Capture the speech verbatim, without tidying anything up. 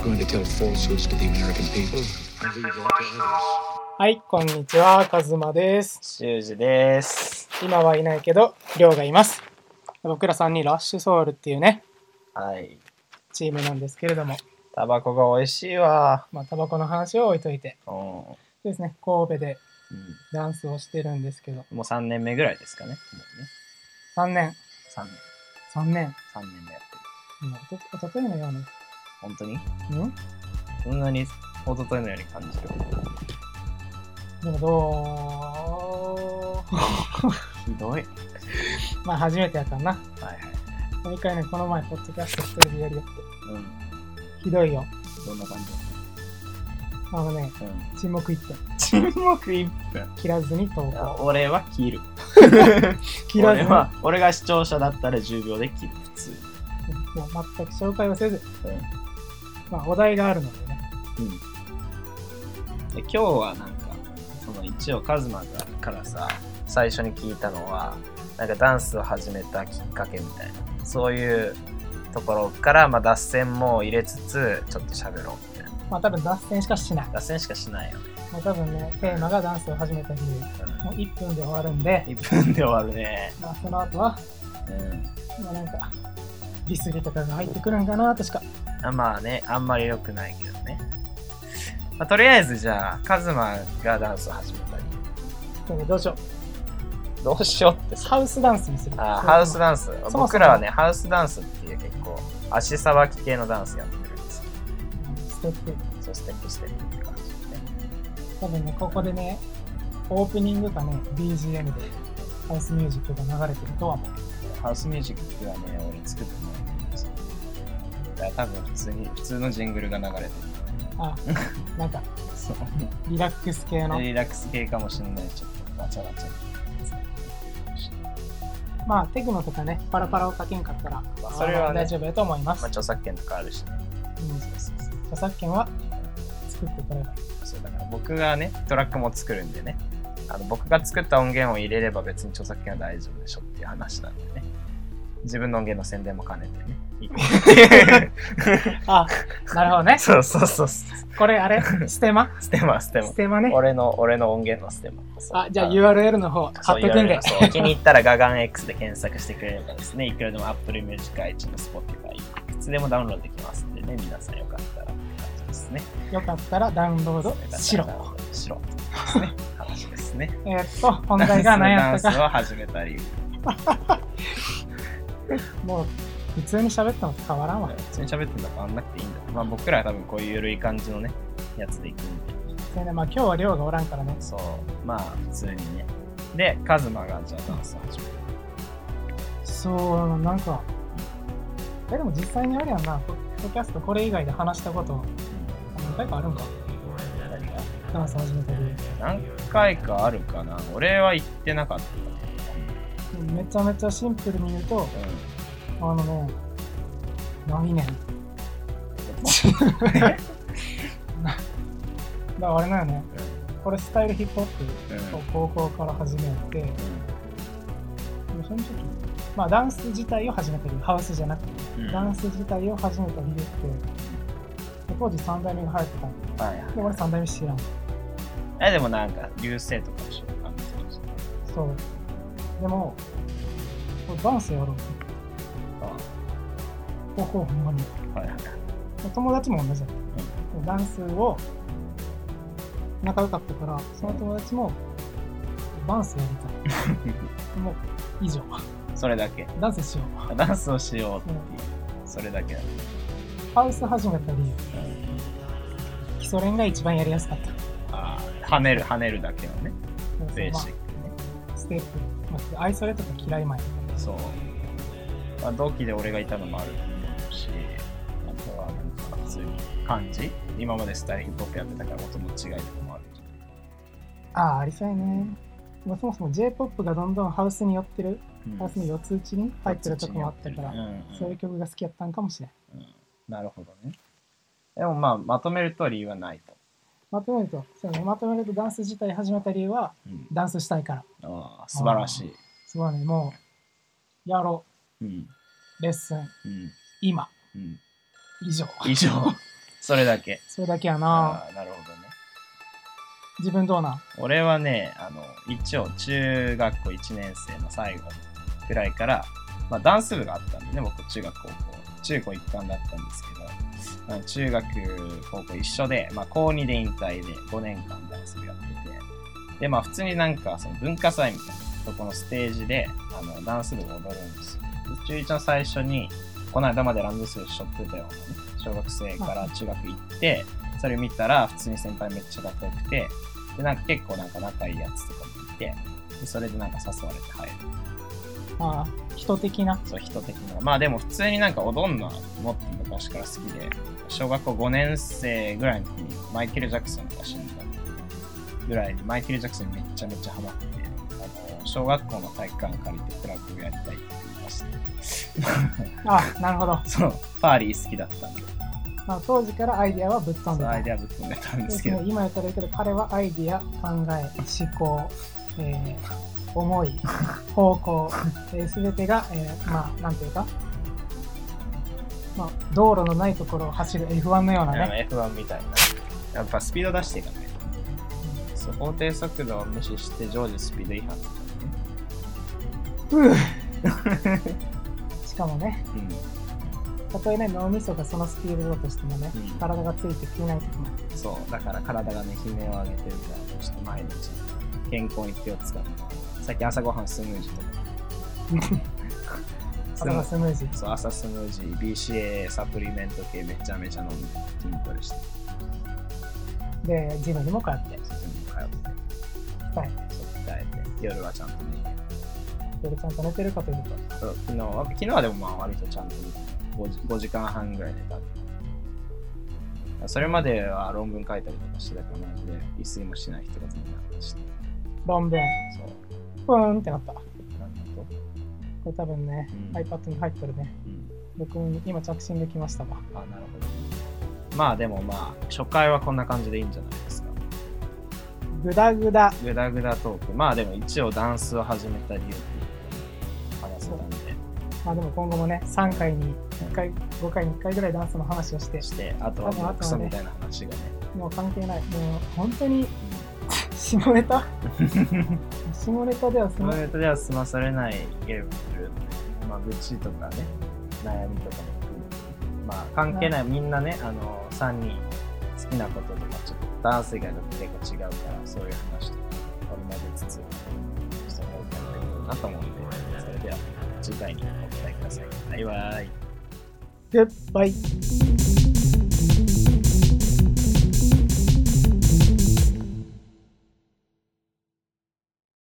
going to tell falsehoods to the American people and leave that to others. はい、こんにちは、カズマです。 修二です。 今はいないけど、りょうがいます。僕らさんにんラッシュソウルっていうね、 はい。 チームなんですけれども、 タバコが美味しいわ。 まあ、タバコの話を置いといて、 うん。 そうですね、神戸でダンスをしてるんですけど、 もうさんねんめぐらいですかね。もうね。 さんねん、 さんねん。 さんねん、 さんねんめやってる。 もうおと、おとといのように、 本当にんそんなに一昨日のように感じる。 でもどうひどい。 まあ初めてやからな。 はいはい。 毎回ね、この前、ポッドキャスト一人でやりよって。 うん。 ひどいよ。 どんな感じだっあのね、 た？うん。 沈黙いっぷん。 沈黙いっぷん。 切らずに投稿。 俺は切る。 切らずに。 俺は、俺が視聴者だったらじゅうびょうで切る。普通。 もう全く紹介をせず、 うん。 まあお題があるのでね。 うんで今日はなんかその一応カズマからさ最初に聞いたのはなんかダンスを始めたきっかけみたいなそういうところからまあ脱線も入れつつちょっと喋ろうみたいな。 まあ多分脱線しかしない。 脱線しかしないよね。 もう多分ね、テーマがダンスを始めた理由。もういっぷんで終わるんで、 いっぷんで終わるね。 まあその後は、 うん。 まあなんか、ディスりとかが入ってくるんかなとしか。 あまあね、あんまり良くないけどね。まあ、とりあえずじゃあカズマがダンスを始めたり。 どうしよう。どうしようってハウスダンスにする。 あハウスダンス。 そもそも僕らはね、ハウスダンスっていう結構足さばき系のダンスやってるんですよ。 ステップ。 そう、ステップステップって感じでね。 多分ね、ここでね、オープニングかね、ビージーエム でハウスミュージックが流れてるとは思う。 ハウスミュージックはね、俺作ってないんですよ。だから多分普通に、普通のジングルが流れてる。 あ、なんか、 そうリラックス系の。 リラックス系かもしれない。ちょっとガチャガチャ。 まあ、テクノとかね、パラパラをかけんかったら、 まあ、それは、ね、 大丈夫だと思います。 まあ、著作権とかあるしね。 うん、そうそうそう。著作権は作ってくればいい。 そうだから僕がね、トラックも作るんでね、あの僕が作った音源を入れれば別に著作権は大丈夫でしょっていう話なんでね。自分の音源の宣伝も兼ねてね。いいあ、なるほどね。 そうそうそう。 これあれステマステマ、ステマ。 ステマね。 俺の、俺の音源のステマ。 あ、じゃあ ユーアールエル の方貼っとくんで。 そう、気に入ったらガガン X で検索してくれればですね、いくらでも Apple Music、iTunes、Spotify、いくつでもダウンロードできますんでね、皆さんよかったらって感じですね。 よかったらダウンロードしろ。 しろ。ですね。話ですね。 えっと、本題が何やったか。 ダンスを始めた理由。 もう普通に喋ったのと変わらんわ。 普通に喋ってんだから変わんなくていいんだ。まあ僕らは多分こういう緩い感じのね、やつでいくんで。 それでまあ今日は亮がおらんからね。 そう。まあ普通にね。で、カズマがじゃあダンスを始める。 そう、なんか、え、でも実際にあれやんな、ポッドキャストこれ以外で話したこと何回かあるんか。 何がダンス始めた理由。 何回かあるかな。俺は言ってなかった。 めちゃめちゃシンプルに言うと、うん、あのね、ないねん。だからあれなんよね、うん、これスタイルヒップホップを高校から始めて、うん、その時、まあダンス自体を始めた理由、ハウスじゃなくて、うん、ダンス自体を始めた理由って、当時さん代目が流行ってたんで、はいはい、で俺さん代目知らん。 え、でもなんか、流星とかでしょ、あのそう。でも、ダンスやろうって。ああ。高校ほんまに。はいはい。友達も同じだった。うん、ダンスを仲良かったから、その友達もダンスやりたい。もう以上。 それだけ。 ダンスしよう。ダンスをしようっていう。うん、それだけだね。 ハウス始めた理由。うん、基礎練が一番やりやすかった。 ああ、跳ねる、跳ねるだけのね。ベーシックね。 ステップ。アイソレとか嫌い前。 そう。まあ、同期で俺がいたのもあるし、あとはなんか普通に感じ今までスタイルヒップホップやってたから音の違いとかもあるじゃん。ああ、ありそうやね。そもそも J-ポップ がどんどんハウスに寄ってる、うん、ハウスに四つ打ちに入ってるとこもあったから、うんうん、そういう曲が好きやったんかもしれん。 うん、なるほどね。でもまあ、まとめると理由はないと。 まとめると、そうね、まとめるとダンス自体始めた理由は、うん、ダンスしたいから。 ああ、素晴らしい。 すごいね、もう、やろう。うん、レッスン、うん、今、うん、以上。 以上。 それだけ。 それだけやな。 あなるほどね。 自分どうなん？ 俺はね、あの、一応中学校いちねん生の最後ぐらいから、まあダンス部があったんでね、僕中学高校、中高一貫だったんですけど、あの中学高校一緒で、まあ高にで引退でごねんかんダンス部やってて、で、まあ普通になんかその文化祭みたいなとこのステージで、あの、ダンス部が踊るんですよ。中いちの最初に、この間までランドセルしょってたようなね、小学生から中学行って、それ見たら普通に先輩めっちゃかっこよくて、で、なんか結構なんか仲いいやつとかもいて、で、それでなんか誘われて入る。 ああ、人的な。 そう、人的な。まあでも普通になんか踊んのはもっと昔から好きで、小学校ごねん生ぐらいの時にマイケル・ジャクソンが死んだぐらいにマイケル・ジャクソンにめちゃめちゃハマって、あの、小学校の体育館借りてクラブをやりたいって言いました。 ああ、なるほど。 そう、パーリー好きだったんで。 まあ、当時からアイディアはぶっ飛んでた。 アイディアぶっ飛んでたんですけど。 今やったら言うけど、彼はアイディア、考え、思考、えー、思い、方向、すべ、えー、てが、えー、まあ、なんていうか、まあ、道路のないところを走る エフワン のようなね。 エフワン みたいな。やっぱスピード出していかないと。うん、そう、法定速度を無視して常時スピード違反みたいなね。 うしかもね、うんたとえね、脳みそがそのスピードだとしてもね、うん、体がついてきてないときもそう、だから体がね、悲鳴を上げてるからとして毎日健康に気を使う。最近朝ごはんスムージーとか朝スムージーそう、朝スムージー、ビーシーエー サプリメント系めちゃめちゃ飲んで筋トレしてで、ジムにも通ってジムにも通って鍛えてそう、鍛えて夜はちゃんと寝て夜ちゃんと寝てるかというとそう、昨日は、昨日はでもまあ割とちゃんと寝てごじかんはんぐらい寝たって。それまでは論文書いたりとかしてたからなんで、一睡もしない人が全然あったし。 論文そう。 ふーんってなった。 なんだとこれ多分ね、うん、iPad に入ってるね。うん、僕今着信できましたわ。 あ、なるほど。まあでもまあ、初回はこんな感じでいいんじゃないですか。 グダグダ。 グダグダトーク。まあでも一応ダンスを始めた理由って話せたんで。 まあでも今後もね、さんかいにいっかい、ごかいにいっかいぐらいダンスの話をして、 して、あとはもうクソみたいな話がね。 もう関係ない。もう本当に、下ネタ下ネタでは済ま下ネタでは済まされないゲームする。まあ愚痴とかね、悩みとかも含めて。まあ関係ない、みんなね、あの、さんにん好きなこととか、ちょっとダンス以外だと結構違うから、そういう話とか織り交ぜつつ、ちょっと思うからできるなと思うんで、それでは。次回にお答えください。バイバイ。 グッバイ。